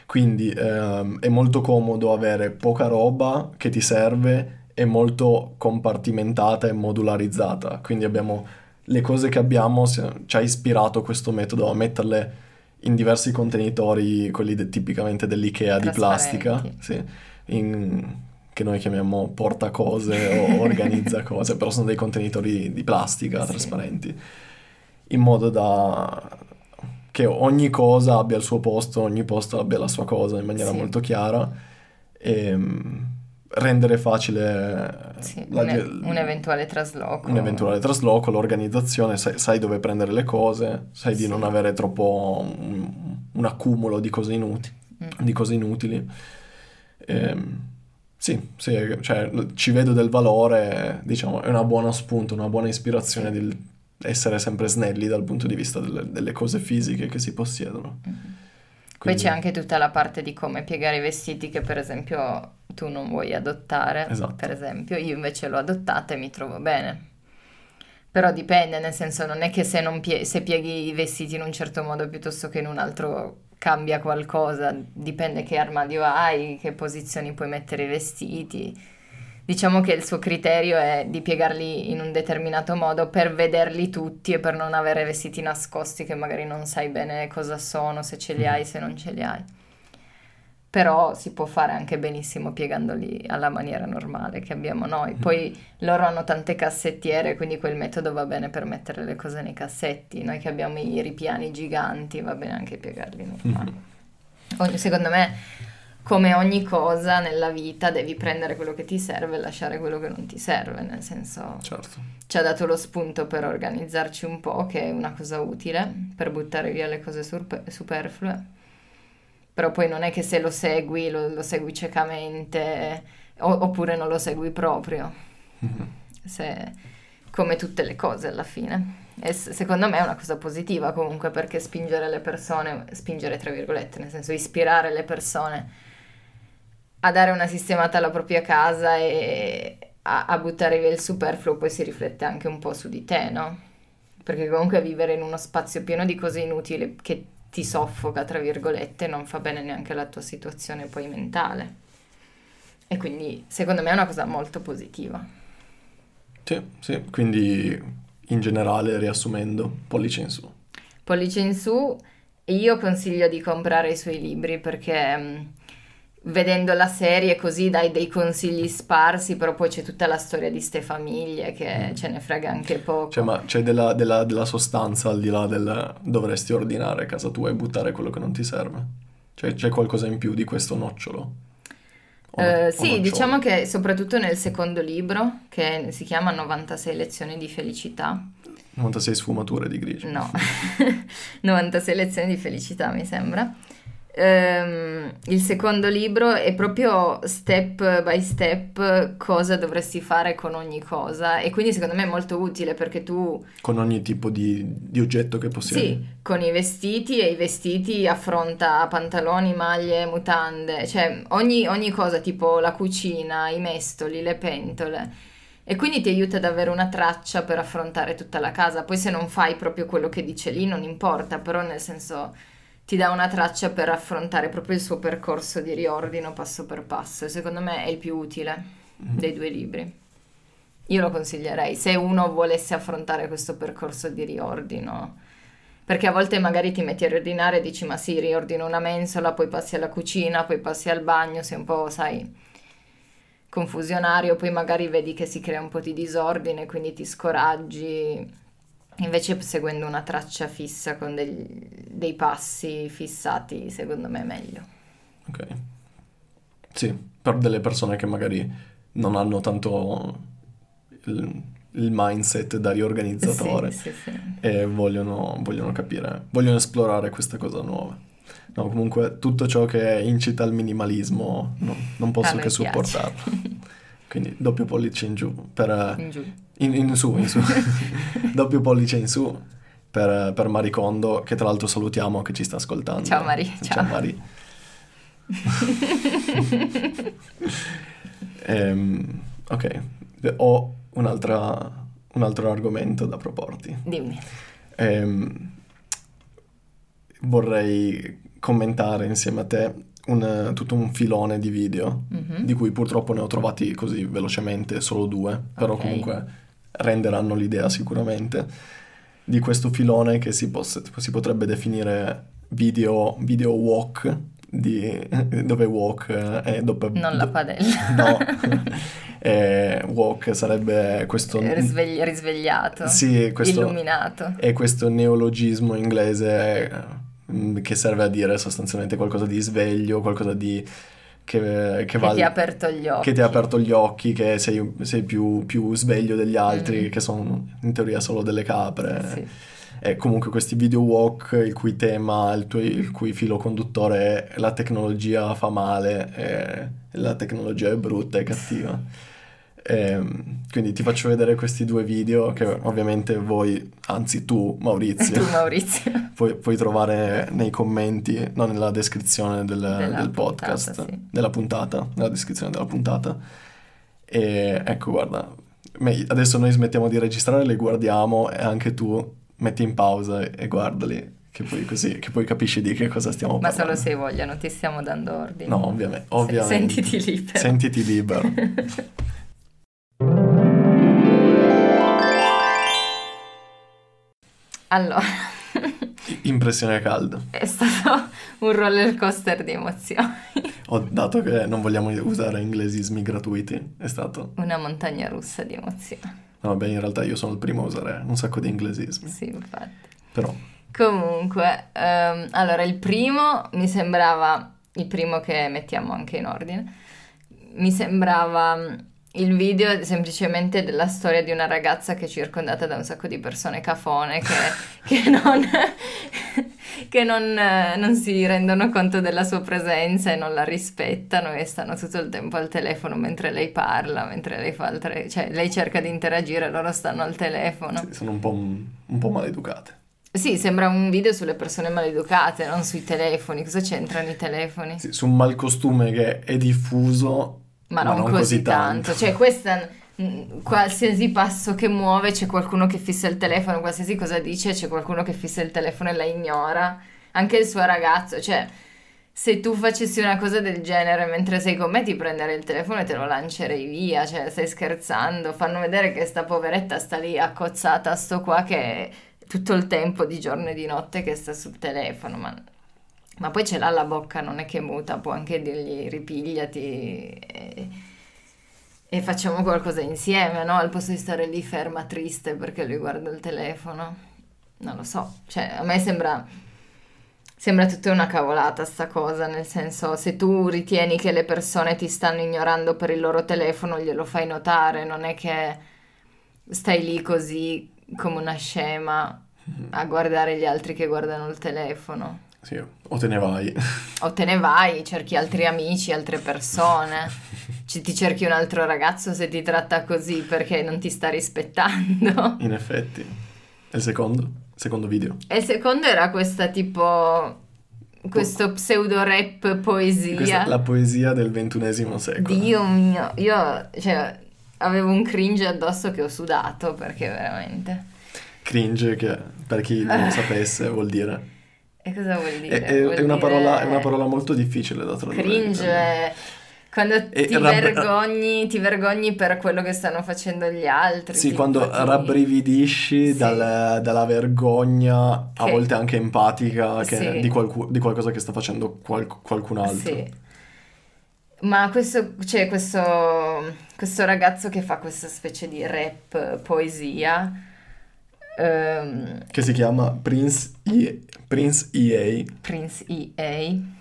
Quindi ehm, è molto comodo avere poca roba che ti serve e molto compartimentata e modularizzata. Quindi abbiamo le cose che abbiamo, se- ci ha ispirato questo metodo a metterle in diversi contenitori, quelli de- tipicamente dell'IKEA di plastica, Trasparenti. sì, in- che noi chiamiamo portacose o organizza cose, però sono dei contenitori di plastica Sì. trasparenti, in modo da che ogni cosa abbia il suo posto, ogni posto abbia la sua cosa in maniera Sì. molto chiara e mm, rendere facile Sì, la un, ge- un eventuale trasloco. un eventuale trasloco, l'organizzazione, sai, sai dove prendere le cose, sai di Sì. non avere troppo un, un accumulo di cose inutili, Mm. di cose inutili. Ehm, sì, sì, cioè ci vedo del valore, diciamo, è una buona spunto, una buona ispirazione Sì. di essere sempre snelli dal punto di vista delle, delle cose fisiche che si possiedono. Mhm. Poi Quindi, c'è anche tutta la parte di come piegare i vestiti che per esempio tu non vuoi adottare, esatto. per esempio, io invece l'ho adottata e mi trovo bene. Però dipende, nel senso non è che se, non pie- se pieghi i vestiti in un certo modo piuttosto che in un altro cambia qualcosa, dipende che armadio hai, che posizioni puoi mettere i vestiti. Diciamo che il suo criterio è di piegarli in un determinato modo per vederli tutti e per non avere vestiti nascosti che magari non sai bene cosa sono, se ce li hai, se non ce li hai. Però si può fare anche benissimo piegandoli alla maniera normale che abbiamo noi. Poi loro hanno tante cassettiere, quindi quel metodo va bene per mettere le cose nei cassetti. Noi che abbiamo i ripiani giganti, va bene anche piegarli normali. Ogni- Secondo me, come ogni cosa nella vita, devi prendere quello che ti serve e lasciare quello che non ti serve, nel senso Certo. ci ha dato lo spunto per organizzarci un po', che è una cosa utile, per buttare via le cose surpe- superflue. Però poi non è che se lo segui, lo, lo segui ciecamente, o- oppure non lo segui proprio. Se- come tutte le cose alla fine. E s- secondo me è una cosa positiva comunque, perché spingere le persone, spingere tra virgolette, nel senso ispirare le persone a dare una sistemata alla propria casa e a, a buttare via il superfluo, poi si riflette anche un po' su di te, no? Perché comunque vivere in uno spazio pieno di cose inutili che ti soffoca, tra virgolette, non fa bene neanche alla tua situazione poi mentale. E quindi secondo me è una cosa molto positiva. Sì, sì, quindi in generale, riassumendo, pollice in su. Pollice in su, io consiglio di comprare i suoi libri perché mh, vedendo la serie così dai dei consigli sparsi, però poi c'è tutta la storia di ste famiglie che Mm. ce ne frega anche poco. Cioè, ma c'è della, della- della sostanza al di là del dovresti ordinare a casa tua e buttare quello che non ti serve? Cioè, c'è qualcosa in più di questo nocciolo? O no- Eh, o sì, nocciolo? diciamo che soprattutto nel secondo libro, che si chiama novantasei lezioni di felicità, novantasei sfumature di grigio. no, novantasei lezioni di felicità mi sembra. Ehm, il secondo libro è proprio step by step cosa dovresti fare con ogni cosa e quindi secondo me è molto utile perché tu, Con ogni tipo di, di oggetto che possiedi. sì, con i vestiti e i vestiti affronta pantaloni, maglie, mutande, cioè ogni, ogni cosa tipo la cucina, i mestoli, le pentole. E quindi ti aiuta ad avere una traccia per affrontare tutta la casa. Poi se non fai proprio quello che dice lì non importa, però nel senso ti dà una traccia per affrontare proprio il suo percorso di riordino passo per passo e secondo me è il più utile dei due libri. Io lo consiglierei se uno volesse affrontare questo percorso di riordino, perché a volte magari ti metti a riordinare e dici ma sì, riordino una mensola, poi passi alla cucina, poi passi al bagno, sei un po', sai, confusionario, poi magari vedi che si crea un po' di disordine, quindi ti scoraggi. Invece seguendo una traccia fissa con degli- dei passi fissati, secondo me è meglio. Ok. Sì, per delle persone che magari non hanno tanto il, il mindset da riorganizzatore Sì, sì, sì. e vogliono, vogliono capire, vogliono esplorare questa cosa nuova. No, comunque tutto ciò che incita al minimalismo no- non posso A me che piace. supportarlo. Quindi doppio pollice in giù per... In giù. In, in su, in su. Doppio pollice in su per, per Maricondo, che tra l'altro salutiamo, che ci sta ascoltando. Ciao Mari, Ciao, ciao. Mari. Ehm, ok, ho un'altra, un altro argomento da proporti. Dimmi. Ehm, vorrei commentare insieme a te un, tutto un filone di video, Mhm. di cui purtroppo ne ho trovati così velocemente solo due, però Ok. comunque renderanno l'idea sicuramente, di questo filone che si, poss- si potrebbe definire video, video walk, di, dove walk è dopo... Non la do- padella. no, eh, walk sarebbe questo... Risvegli- risvegliato, Sì, questo illuminato, è questo neologismo inglese eh, che serve a dire sostanzialmente qualcosa di sveglio, qualcosa di che, che che va ti ha al- aperto gli che ti ha occhi. aperto gli occhi, che sei, sei più, più sveglio degli altri, Mhm. che sono in teoria solo delle capre. Sì. E comunque questi video walk, il cui tema, il, tuo- il cui filo conduttore è la tecnologia fa male, e la tecnologia è brutta e cattiva. Ehm, quindi ti faccio vedere questi due video che ovviamente voi, anzi tu Maurizio, Tu, Maurizio, puoi, puoi trovare nei commenti, no, nella descrizione del, della del puntata, podcast, sì. della puntata, nella descrizione della puntata. E ecco, guarda, me- adesso noi smettiamo di registrare, li guardiamo e anche tu metti in pausa e, e guardali, che poi così, che poi capisci di che cosa stiamo Ma parlando. solo se voglio, non ti stiamo dando ordini. No, ovviamente, Se- ovviamente. Sentiti libero. Sentiti libero. Allora, Impressione calda. è stato un roller coaster di emozioni. Ho dato che non vogliamo usare inglesismi gratuiti, è stato... Una montagna russa di emozioni. No, vabbè, in realtà io sono il primo a usare un sacco di inglesismi, Sì, infatti. però... Comunque, ehm, allora il primo mi sembrava, il primo che mettiamo anche in ordine, mi sembrava mm, il video semplicemente della storia di una ragazza che è circondata da un sacco di persone cafone che, che non, che non, eh, non si rendono conto della sua presenza e non la rispettano e stanno tutto il tempo al telefono mentre lei parla, mentre lei fa altre... cioè lei cerca di interagire e loro stanno al telefono. Sì, sono un po', un po' maleducate. Sì, sembra un video sulle persone maleducate, non sui telefoni. Cosa c'entrano i telefoni? Sì, su un malcostume che è diffuso, Ma non, così tanto. Cioè, questa, mh, qualsiasi passo che muove c'è qualcuno che fissa il telefono, qualsiasi cosa dice c'è qualcuno che fissa il telefono e la ignora. Anche il suo ragazzo, cioè, se tu facessi una cosa del genere mentre sei con me ti prenderei il telefono e te lo lancerei via, cioè, stai scherzando. Fanno vedere che sta poveretta sta lì accozzata a sto qua che... tutto il tempo di giorno e di notte che sta sul telefono, ma, ma poi ce l'ha la bocca, non è che muta, può anche dirgli ripigliati e, e facciamo qualcosa insieme, no? Al posto di stare lì ferma, triste perché lui guarda il telefono. Non lo so, cioè a me sembra, sembra tutta una cavolata sta cosa, nel senso se tu ritieni che le persone ti stanno ignorando per il loro telefono, glielo fai notare, non è che stai lì così come una scema a guardare gli altri che guardano il telefono. Sì, o te ne vai. O te ne vai, cerchi altri amici, altre persone. Ci- ti cerchi un altro ragazzo se ti tratta così perché non ti sta rispettando. In effetti. E il secondo? Secondo video. E il secondo era questa tipo... questo pseudo rap poesia. Questa è la poesia del ventunesimo secolo. Dio mio, io cioè, avevo un cringe addosso che ho sudato perché veramente... Cringe, che per chi non lo sapesse vuol dire... E cosa vuol È, dire? è- Vuol è una dire- parola, è una parola molto difficile da tradurre. in Cringe italiano. è quando E ti rabb- vergogni, ti vergogni per quello che stanno facendo gli altri. Sì, tipo quando ti- rabbrividisci Sì. dal- dalla vergogna, a Che- volte anche empatica, che- Sì. di, qualcu- di qualcosa che sta facendo qual- qualcun altro. Sì. Ma questo, c'è questo, questo ragazzo che fa questa specie di rap poesia. ehm, Che si chiama Prince E- Prince E A. Prince E A,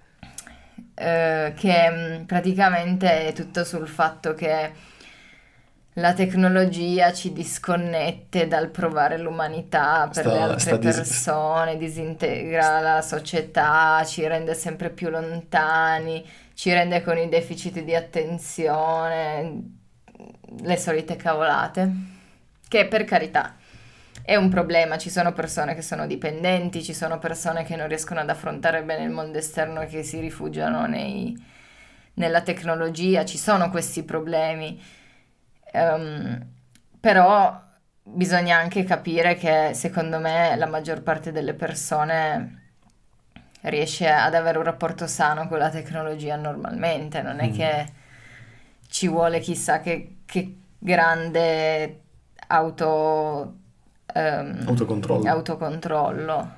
eh, che mh, praticamente è tutto sul fatto che la tecnologia ci disconnette dal provare l'umanità per Sta- le altre sta dis- persone, disintegra la società, ci rende sempre più lontani, ci rende con i deficit di attenzione, le solite cavolate, che per carità è un problema, ci sono persone che sono dipendenti, ci sono persone che non riescono ad affrontare bene il mondo esterno e che si rifugiano nei- nella tecnologia, ci sono questi problemi. Ehm, però bisogna anche capire che secondo me la maggior parte delle persone riesce ad avere un rapporto sano con la tecnologia normalmente, non è Mm. che ci vuole chissà che, che grande auto, ehm, Autocontrollo. autocontrollo.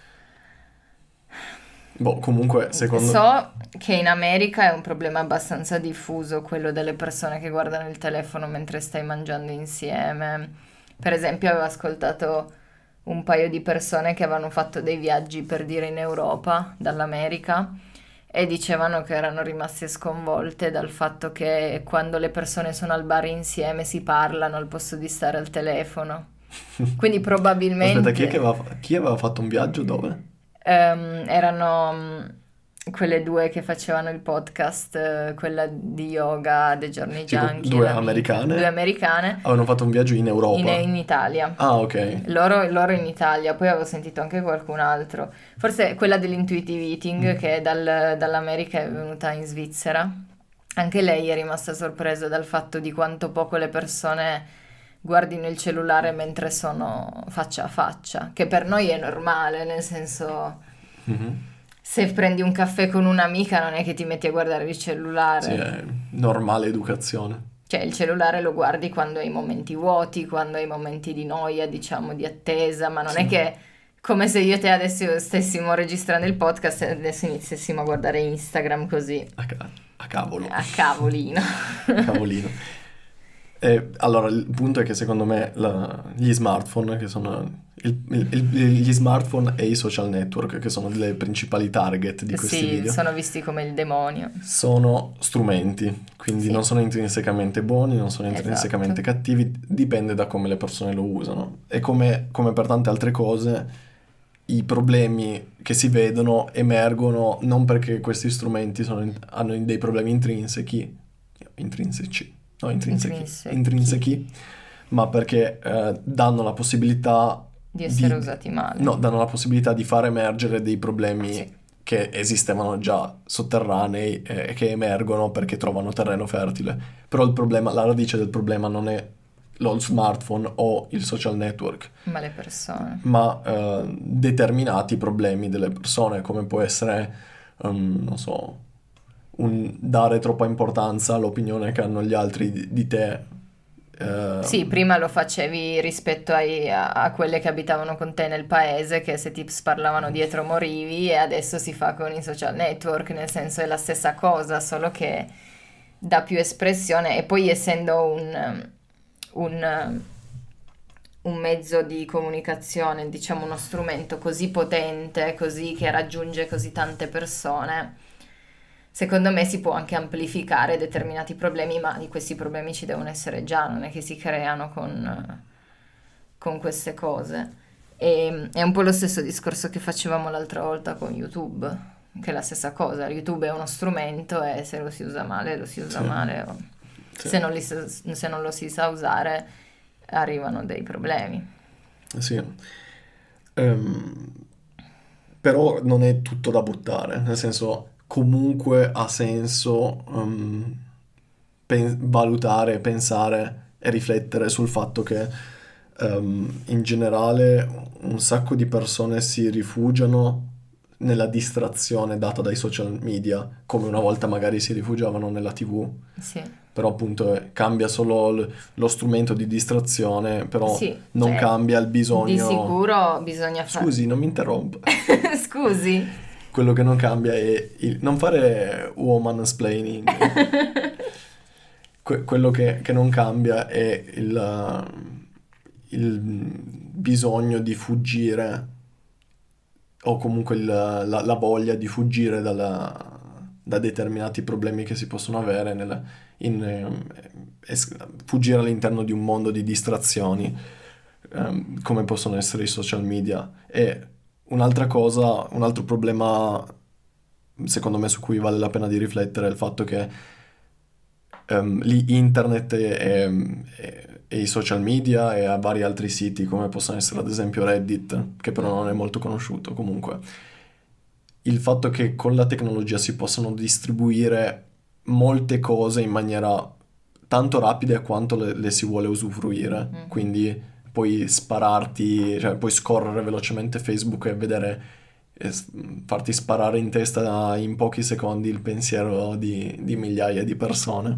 Boh, comunque, secondo... So che in America è un problema abbastanza diffuso quello delle persone che guardano il telefono mentre stai mangiando insieme. Per esempio, avevo ascoltato un paio di persone che avevano fatto dei viaggi per dire in Europa dall'America e dicevano che erano rimaste sconvolte dal fatto che quando le persone sono al bar insieme si parlano al posto di stare al telefono. Quindi probabilmente... Aspetta, chi è che aveva, fa- chi aveva fatto un viaggio dove? Ehm, erano mm, quelle due che facevano il podcast, eh, quella di yoga, The Journey Tipo, Junkie, due l'amica, americane? due americane Avevano fatto un viaggio in in, Europa. in Italia. Ah, ok. Loro, loro in Italia, poi avevo sentito anche qualcun altro, forse quella dell'intuitive eating Mm. che dal- dall'America è venuta in Svizzera. Anche lei è rimasta sorpresa dal fatto di quanto poco le persone guardino il cellulare mentre sono faccia a faccia, che per noi è normale, nel senso, Mhm. se prendi un caffè con un'amica non è che ti metti a guardare il Sì, cellulare. è normale educazione. Cioè, il cellulare lo guardi quando hai momenti vuoti, quando hai momenti di noia, diciamo, di attesa, ma non Sì. è che come se io e te adesso stessimo registrando il podcast e adesso iniziassimo a guardare Instagram così, A, ca- a cavolo. a cavolino. Cavolino. E, allora, il punto è che secondo me la- gli smartphone, che sono il- il- il- gli smartphone e i social network, che sono le principali target di questi Sì, video, sono visti come il demonio. sono strumenti, quindi Sì. non sono intrinsecamente buoni, non sono Esatto. intrinsecamente cattivi, dipende da come le persone lo usano. E come, come per tante altre cose, i problemi che si vedono emergono non perché questi strumenti sono in- hanno dei problemi intrinseci, intrinseci, no, intrinseci, Intrinsechi. intrinsechi, ma perché eh, danno la possibilità Di essere usati male. no, danno la possibilità di far emergere dei problemi Sì. che esistevano già sotterranei e e che emergono perché trovano terreno fertile. Però il problema, la radice del problema non è lo smartphone o il social network, Ma le persone. ma eh, determinati problemi delle persone, come può essere, um, non so, un dare troppa importanza all'opinione che hanno gli altri di, di te. eh, Sì, prima lo facevi rispetto ai- a, a quelle che abitavano con te nel paese, che se ti sparlavano dietro morivi, e adesso si fa con i social network, nel senso è la stessa cosa, solo che dà più espressione e poi essendo un, un, un mezzo di comunicazione, diciamo uno strumento così potente, così che raggiunge così tante persone, secondo me si può anche amplificare determinati problemi, ma di questi problemi ci devono essere già, non è che si creano con, con queste cose. E, è un po' lo stesso discorso che facevamo l'altra volta con YouTube, che è la stessa cosa. YouTube è uno strumento e se lo si usa male, lo si usa Sì. male. o- Sì. Se non li sa- se non lo si sa usare, arrivano dei problemi. Sì. Ehm, però non è tutto da buttare, nel senso comunque ha senso ehm, pen- valutare, pensare e riflettere sul fatto che ehm, in generale un sacco di persone si rifugiano nella distrazione data dai social media, come una volta magari si rifugiavano nella T V. Sì, Però appunto eh, cambia solo l- lo strumento di distrazione, però sì, non cioè, cambia il bisogno. di sicuro bisogna fare... Scusi, non mi interrompa. Scusi. Quello che non cambia è il... non fare woman splaining. Que- quello che, che non cambia è il, uh, il bisogno di fuggire o comunque il- la, la voglia di fuggire dalla- da determinati problemi che si possono avere nel, in, ehm, es- fuggire all'interno di un mondo di distrazioni ehm, come possono essere i social media. E un'altra cosa, un altro problema secondo me su cui vale la pena di riflettere è il fatto che ehm, lì internet e, e- e- e i social media e a vari altri siti come possono essere ad esempio Reddit, che però non è molto conosciuto comunque, il fatto che con la tecnologia si possano distribuire molte cose in maniera tanto rapida quanto le, le si vuole usufruire, Mhm. quindi puoi spararti, cioè puoi scorrere velocemente Facebook e vedere e s- farti sparare in testa in pochi secondi il pensiero di, di migliaia di persone.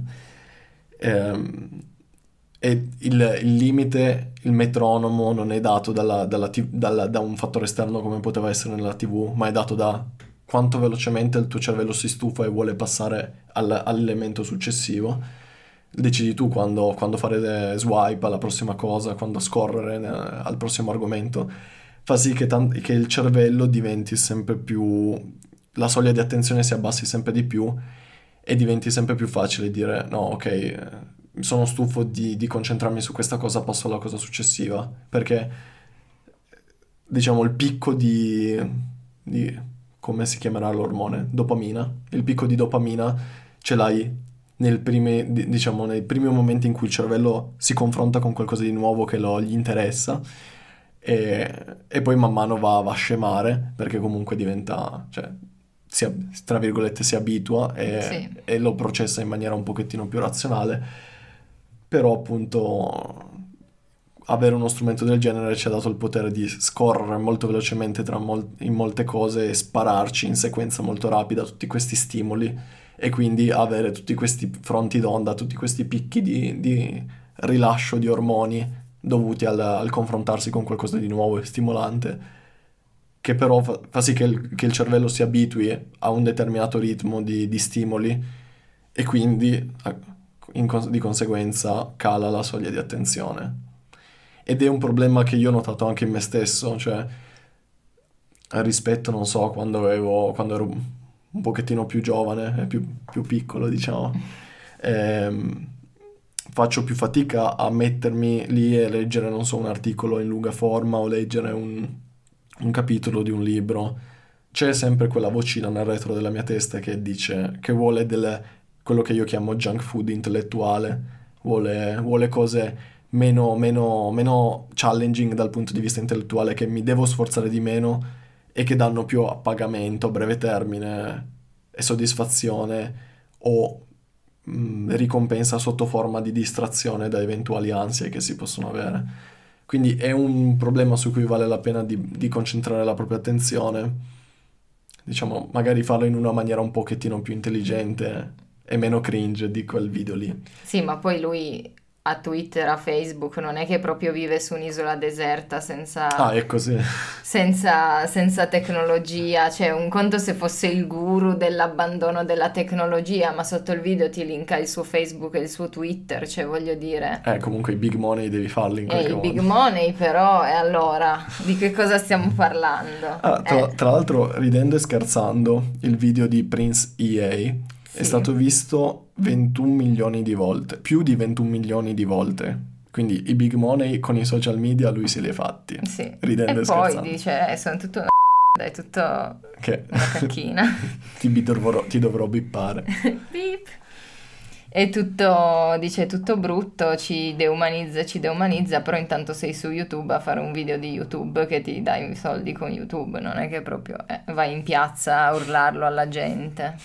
Ehm, e il, il limite, il metronomo non è dato dalla- dalla ti- dalla- da un fattore esterno come poteva essere nella T V, ma è dato da quanto velocemente il tuo cervello si stufa e vuole passare al- all'elemento successivo. Decidi tu quando, quando fare swipe alla prossima cosa, quando scorrere eh, al prossimo argomento. Fa sì che, tan- che il cervello diventi sempre più... la soglia di attenzione si abbassi sempre di più e diventi sempre più facile dire no, ok, eh, sono stufo di, di concentrarmi su questa cosa, passo alla cosa successiva. Perché, diciamo, il picco di... di come si chiamerà l'ormone? Dopamina. Il picco di dopamina ce l'hai nel primi, di- diciamo, nei primi momenti in cui il cervello si confronta con qualcosa di nuovo che lo, gli interessa e, e poi man mano va, va a scemare perché comunque diventa, cioè, si, ab- tra virgolette, si abitua e, Sì. e lo processa in maniera un pochettino più razionale, però appunto avere uno strumento del genere ci ha dato il potere di scorrere molto velocemente tra mol- in molte cose e spararci in sequenza molto rapida tutti questi stimoli e quindi avere tutti questi fronti d'onda, tutti questi picchi di, di rilascio di ormoni dovuti al, al confrontarsi con qualcosa di nuovo e stimolante, che però fa, fa sì che il, che il cervello si abitui a un determinato ritmo di, di stimoli e quindi a- in cons- di conseguenza cala la soglia di attenzione. Ed è un problema che io ho notato anche in me stesso, cioè rispetto, non so, quando avevo, quando ero un pochettino più giovane, e più, più piccolo, diciamo, ehm, faccio più fatica a mettermi lì e leggere, non so, un articolo in lunga forma o leggere un, un capitolo di un libro. C'è sempre quella vocina nel retro della mia testa che dice, che vuole del, quello che io chiamo junk food intellettuale, vuole, vuole cose meno, meno, meno challenging dal punto di vista intellettuale, che mi devo sforzare di meno e che danno più appagamento a breve termine e soddisfazione o mh, ricompensa sotto forma di distrazione da eventuali ansie che si possono avere. Quindi è un problema su cui vale la pena di, di concentrare la propria attenzione, diciamo, magari farlo in una maniera un pochettino più intelligente e meno cringe di quel video lì. Sì, ma poi lui a Twitter, a Facebook, non è che proprio vive su un'isola deserta Ah, senza, è così. senza, senza tecnologia. Cioè, un conto se fosse il guru dell'abbandono della tecnologia, ma sotto il video ti linka il suo Facebook e il suo Twitter, cioè voglio dire... Eh, comunque i big money devi farli in E qualche i big modo. money però, e allora, di che cosa stiamo parlando? Ah, tra, Eh, tra l'altro, ridendo e scherzando, il video di Prince E A è sì, stato visto ventuno milioni di volte, più di ventuno milioni di volte. Quindi i big money con i social media lui se li è fatti, sì. E ridendo e poi scherzando. dice, eh, sono tutto una è tutto Che una cacchina. ti, bi- dovrò, ti dovrò bippare. Beep. È tutto, dice, è tutto brutto, ci deumanizza, ci deumanizza, però intanto sei su YouTube a fare un video di YouTube che ti dai i soldi con YouTube, non è che proprio eh, vai in piazza a urlarlo alla gente.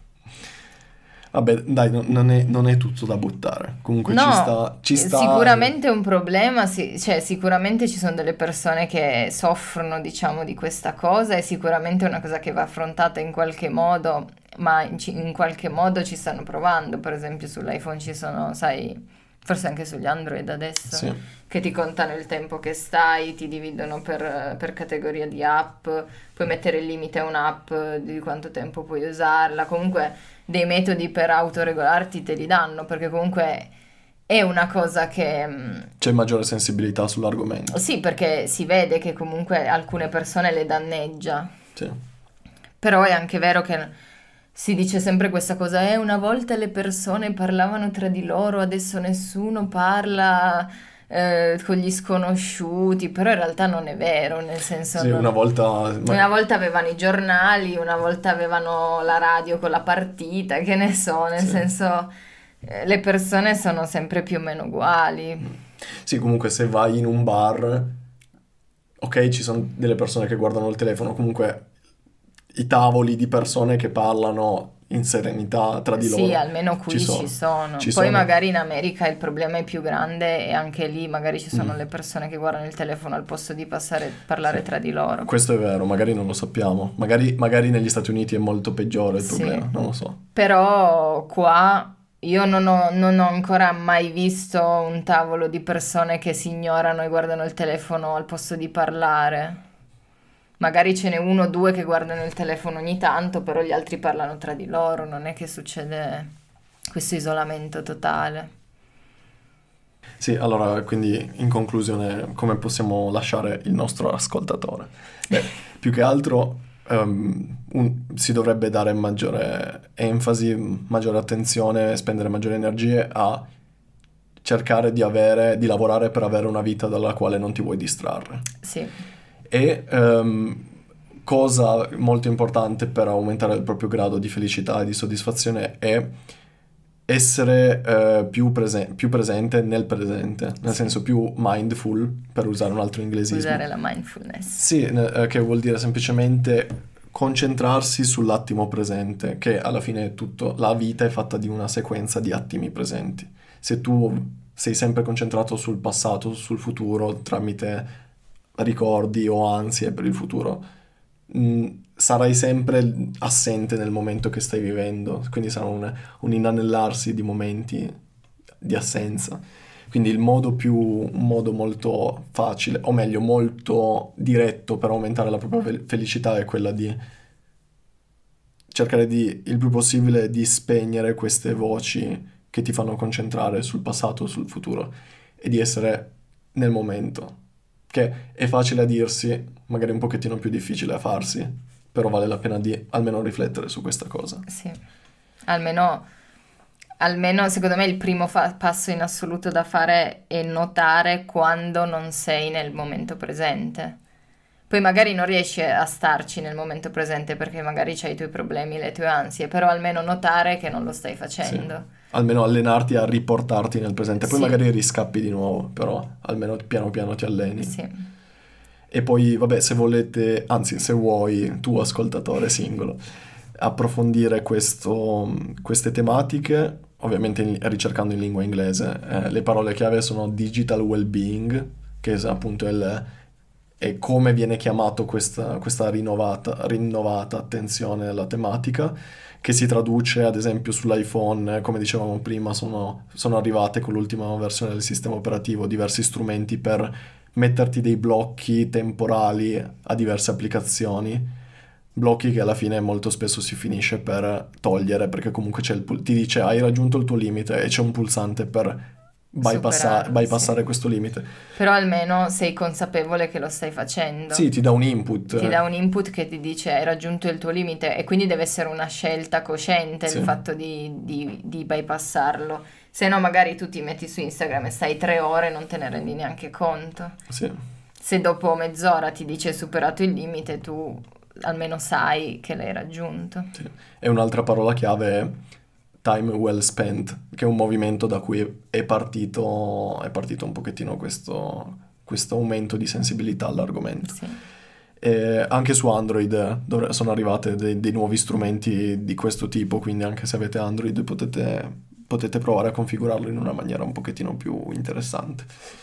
Vabbè, dai, non, non è, non è tutto da buttare. Comunque ci No, sta, ci sta. sicuramente è un problema, sì, cioè sicuramente ci sono delle persone che soffrono, diciamo, di questa cosa e sicuramente è una cosa che va affrontata in qualche modo, ma in, ci- in qualche modo ci stanno provando, per esempio sull'iPhone ci sono, sai, forse anche sugli Android adesso, Sì. che ti contano il tempo che stai, ti dividono per, per categoria di app, puoi mettere il limite a un'app di quanto tempo puoi usarla, comunque dei metodi per autoregolarti te li danno, perché comunque è una cosa che... mm, C'è maggiore sensibilità sull'argomento. sì, perché si vede che comunque alcune persone le danneggia, Sì. però è anche vero che si dice sempre questa cosa, eh, una volta le persone parlavano tra di loro, adesso nessuno parla eh, con gli sconosciuti, però in realtà non è vero, nel senso... Sì, non- una volta... Una volta avevano i giornali, una volta avevano la radio con la partita, che ne so, nel Sì. senso eh, le persone sono sempre più o meno uguali. Sì, comunque se vai in un bar, ok, ci sono delle persone che guardano il telefono, comunque i tavoli di persone che parlano in serenità tra di Sì, loro. almeno qui Ci ci sono. sono. Ci Poi sono. magari in America il problema è più grande e anche lì magari ci sono Mm. le persone che guardano il telefono al posto di passare, parlare Sì. tra di loro. Questo è vero, magari non lo sappiamo. Magari, magari negli Stati Uniti è molto peggiore il Sì. problema, non lo so. Però qua io non ho, non ho ancora mai visto un tavolo di persone che si ignorano e guardano il telefono al posto di parlare. Magari ce n'è uno o due che guardano il telefono ogni tanto, però gli altri parlano tra di loro, non è che succede questo isolamento totale. Sì, allora, quindi in conclusione, come possiamo lasciare il nostro ascoltatore? Beh, più che altro ehm, un- si dovrebbe dare maggiore enfasi, maggiore attenzione, spendere maggiori energie a cercare di avere, di lavorare per avere una vita dalla quale non ti vuoi distrarre. Sì, E ehm, cosa molto importante per aumentare il proprio grado di felicità e di soddisfazione è essere eh, più, prese- più presente nel presente, nel Sì. senso più mindful, per usare un altro inglesismo. usare la mindfulness. Sì, ne- eh, che vuol dire semplicemente concentrarsi sull'attimo presente, che alla fine è tutto, la vita è fatta di una sequenza di attimi presenti. Se tu sei sempre concentrato sul passato, sul futuro, tramite ricordi o ansie per il futuro, mh, sarai sempre assente nel momento che stai vivendo, quindi sarà un, un inanellarsi di momenti di assenza. Quindi il modo più, un modo molto facile, o meglio, molto diretto per aumentare la propria fel- felicità è quella di cercare di, il più possibile, di spegnere queste voci che ti fanno concentrare sul passato, sul futuro e di essere nel momento, che è facile a dirsi, magari un pochettino più difficile a farsi, però vale la pena di almeno riflettere su questa cosa. Sì, almeno, almeno secondo me il primo fa- passo in assoluto da fare è notare quando non sei nel momento presente. Poi magari non riesci a starci nel momento presente perché magari c'hai i tuoi problemi, le tue ansie, però almeno notare che non lo stai Sì. facendo. Almeno allenarti a riportarti nel presente, poi Sì. magari riscappi di nuovo, però almeno piano piano ti alleni. Sì, E poi, vabbè, se volete, anzi, se vuoi, tu ascoltatore singolo, approfondire questo, queste tematiche, ovviamente in- ricercando in lingua inglese, eh, le parole chiave sono digital well-being, che è appunto il, è come viene chiamato questa, questa rinnovata, rinnovata attenzione alla tematica, che si traduce ad esempio sull'iPhone, come dicevamo prima, sono, sono arrivate con l'ultima versione del sistema operativo diversi strumenti per metterti dei blocchi temporali a diverse applicazioni, blocchi che alla fine molto spesso si finisce per togliere perché comunque c'è il pul- ti dice hai raggiunto il tuo limite e c'è un pulsante per bypassa- superarlo, bypassare sì. questo limite. Però almeno sei consapevole che lo stai facendo. Sì, ti dà un input. Ti dà un input che ti dice hai raggiunto il tuo limite e quindi deve essere una scelta cosciente Sì. il fatto di, di, di bypassarlo. Se no magari tu ti metti su Instagram e stai tre ore e non te ne rendi neanche conto. Sì. Se dopo mezz'ora ti dice hai superato il limite, tu almeno sai che l'hai raggiunto. Sì. E un'altra parola chiave è time well spent, che è un movimento da cui è partito, è partito un pochettino questo, questo aumento di sensibilità all'argomento. Sì. E anche su Android dovre- sono arrivate dei, dei nuovi strumenti di questo tipo, quindi anche se avete Android potete, potete provare a configurarlo in una maniera un pochettino più interessante.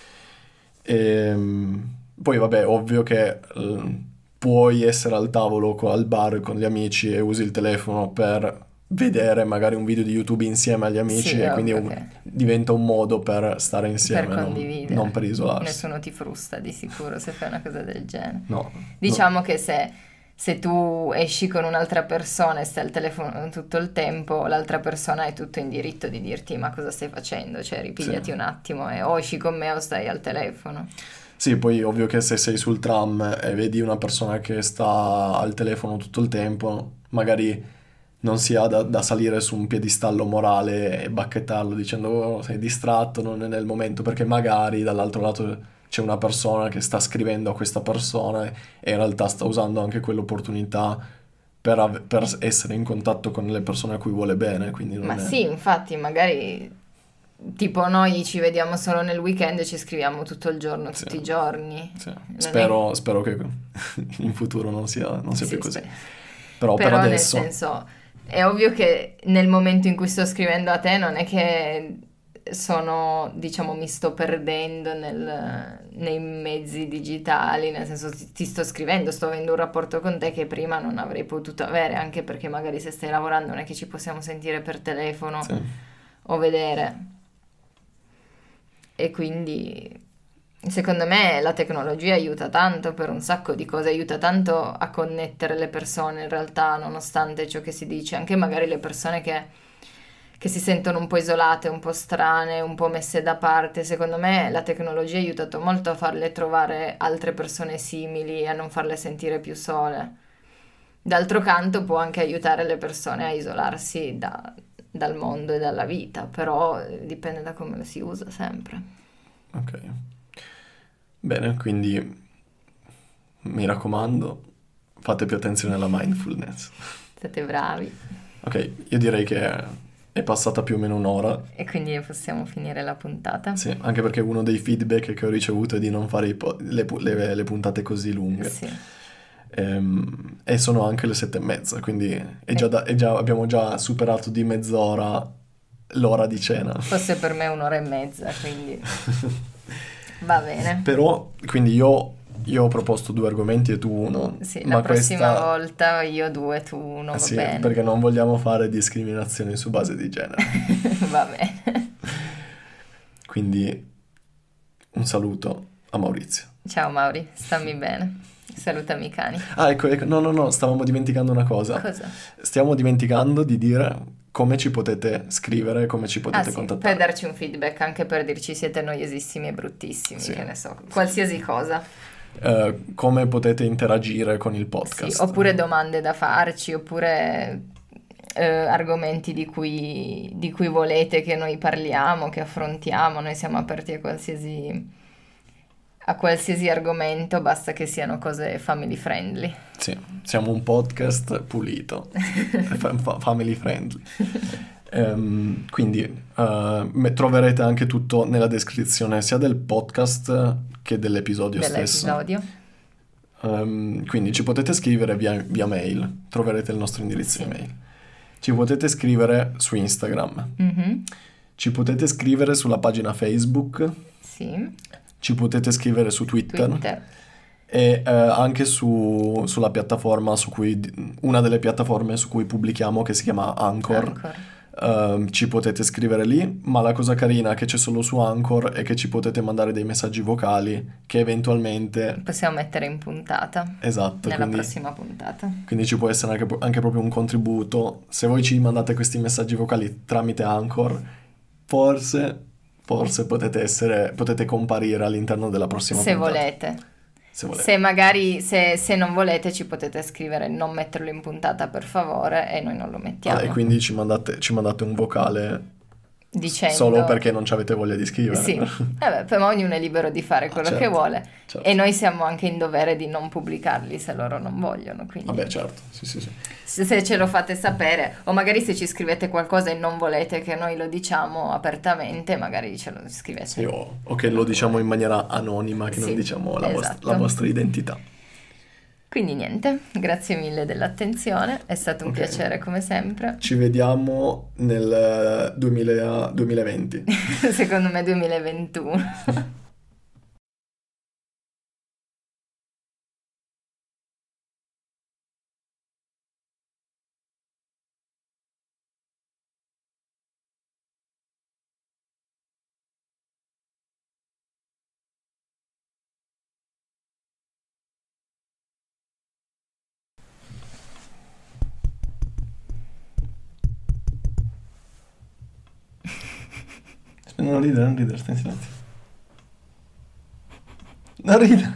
E, poi vabbè, ovvio che eh, puoi essere al tavolo co- al bar con gli amici e usi il telefono per vedere magari un video di YouTube insieme agli amici Sì, e quindi è ovvio un- che- diventa un modo per stare insieme, per non, condividere. non per isolarsi. Nessuno ti frusta di sicuro se fai una cosa del genere. No, Diciamo che se, se tu esci con un'altra persona e stai al telefono tutto il tempo, l'altra persona è tutto in diritto di dirti ma cosa stai facendo? Cioè ripigliati Sì. un attimo e o esci con me o stai al telefono. Sì, poi ovvio che se sei sul tram e vedi una persona che sta al telefono tutto il tempo, magari non si ha da, da salire su un piedistallo morale e bacchettarlo dicendo oh, sei distratto, non è nel momento, perché magari dall'altro lato c'è una persona che sta scrivendo a questa persona e in realtà sta usando anche quell'opportunità per, ave- per essere in contatto con le persone a cui vuole bene, quindi non Ma è... sì, infatti, magari tipo noi ci vediamo solo nel weekend e ci scriviamo tutto il giorno, Sì. tutti i giorni. Sì. Non è- Spero, spero che in futuro non sia, non sia Sì, più così. spe- Però, per Però nel adesso... senso, è ovvio che nel momento in cui sto scrivendo a te non è che sono, diciamo, mi sto perdendo nel, nei mezzi digitali, nel senso ti, ti sto scrivendo, sto avendo un rapporto con te che prima non avrei potuto avere, anche perché magari se stai lavorando non è che ci possiamo sentire per telefono Sì. o vedere. E quindi secondo me la tecnologia aiuta tanto per un sacco di cose, aiuta tanto a connettere le persone in realtà, nonostante ciò che si dice, anche magari le persone che che si sentono un po' isolate, un po' strane, un po' messe da parte. Secondo me la tecnologia ha aiutato molto a farle trovare altre persone simili e a non farle sentire più sole. D'altro canto può anche aiutare le persone a isolarsi da- dal mondo e dalla vita, però eh, dipende da come lo si usa sempre. Ok. Bene, quindi mi raccomando, fate più attenzione alla mindfulness. Siete bravi. Ok, io direi che è passata più o meno un'ora. E quindi possiamo finire la puntata. Sì, anche perché uno dei feedback che ho ricevuto è di non fare i po- le, pu- le- le puntate così lunghe. Sì. Ehm, e sono anche le sette e mezza, quindi è già da- è già- abbiamo già superato di mezz'ora l'ora di cena. Forse per me un'ora e mezza, quindi va bene. Però, quindi io, io ho proposto due argomenti e tu uno. Sì, la ma prossima questa... volta io due, tu uno, va Sì, bene. perché non vogliamo fare discriminazioni su base di genere. Va bene. Quindi un saluto a Maurizio. Ciao Mauri, stammi bene. Salutami i cani. Ah, ecco, ecco, no, no, no, stavamo dimenticando una cosa. Cosa? Stiamo dimenticando di dire come ci potete scrivere, come ci Ah potete sì, contattare. per darci un feedback, anche per dirci siete noiosissimi e bruttissimi, Sì. che ne so, qualsiasi cosa. Eh, come potete interagire con il Sì, podcast. oppure domande da farci, oppure eh, argomenti di cui, di cui volete che noi parliamo, che affrontiamo. Noi siamo aperti a qualsiasi, a qualsiasi argomento, basta che siano cose family friendly. Sì, siamo un podcast pulito, fa- fa- family friendly. Ehm, quindi eh, me- troverete anche tutto nella descrizione sia del podcast che dell'episodio stesso. Dell'episodio. Ehm, quindi ci potete scrivere via, via mail, troverete il nostro indirizzo Sì. email. Ci potete scrivere su Instagram, Mhm. ci potete scrivere sulla pagina Facebook, Sì, ci potete scrivere su Twitter, Twitter. e eh, anche su, sulla piattaforma su cui, una delle piattaforme su cui pubblichiamo che si chiama Anchor. Anchor. Ehm, ci potete scrivere lì, ma la cosa carina che c'è solo su Anchor è che ci potete mandare dei messaggi vocali che eventualmente... Possiamo mettere in puntata Esatto, nella quindi, prossima puntata. quindi ci può essere anche, anche proprio un contributo. Se voi ci mandate questi messaggi vocali tramite Anchor, forse, forse potete essere, potete comparire all'interno della prossima Se puntata. volete. Se volete. Se magari, se, se non volete, ci potete scrivere non metterlo in puntata per favore e noi non lo mettiamo. Ah, e quindi ci mandate, ci mandate un vocale Dicendo... solo perché non ci avete voglia di scrivere. Sì, vabbè, poi ognuno è libero di fare quello certo, che vuole certo. e noi siamo anche in dovere di non pubblicarli se loro non vogliono, quindi Vabbè, certo, sì, sì, sì. se, se ce lo fate sapere o magari se ci scrivete qualcosa e non volete che noi lo diciamo apertamente, magari ce lo scrivete. Sì, o, o che lo diciamo in maniera anonima, che Sì, non diciamo la, vostra, esatto. la vostra identità. Quindi niente, grazie mille dell'attenzione, è stato un Ok. piacere come sempre. Ci vediamo nel eh, duemila duemilaventi. Secondo me duemilaventuno. Non ridere, non ridere, stai in silenzio. Non ridere.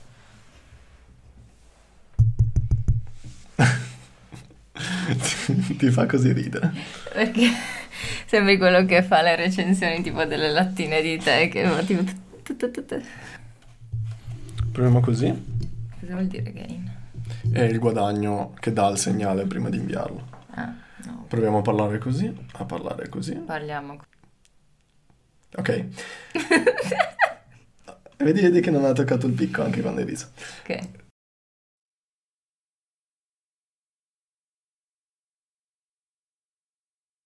Ti fa così ridere. Perché sembri quello che fa le recensioni tipo delle lattine di tè che fa tipo... tu- tu- tu- tu. Proviamo così. Cosa vuol dire gain? È il guadagno che dà il segnale prima di inviarlo. Ah, no. Proviamo a parlare così, a parlare così. Parliamo. Ok. Vedi, vedi che non ha toccato il picco anche quando hai riso. Ok.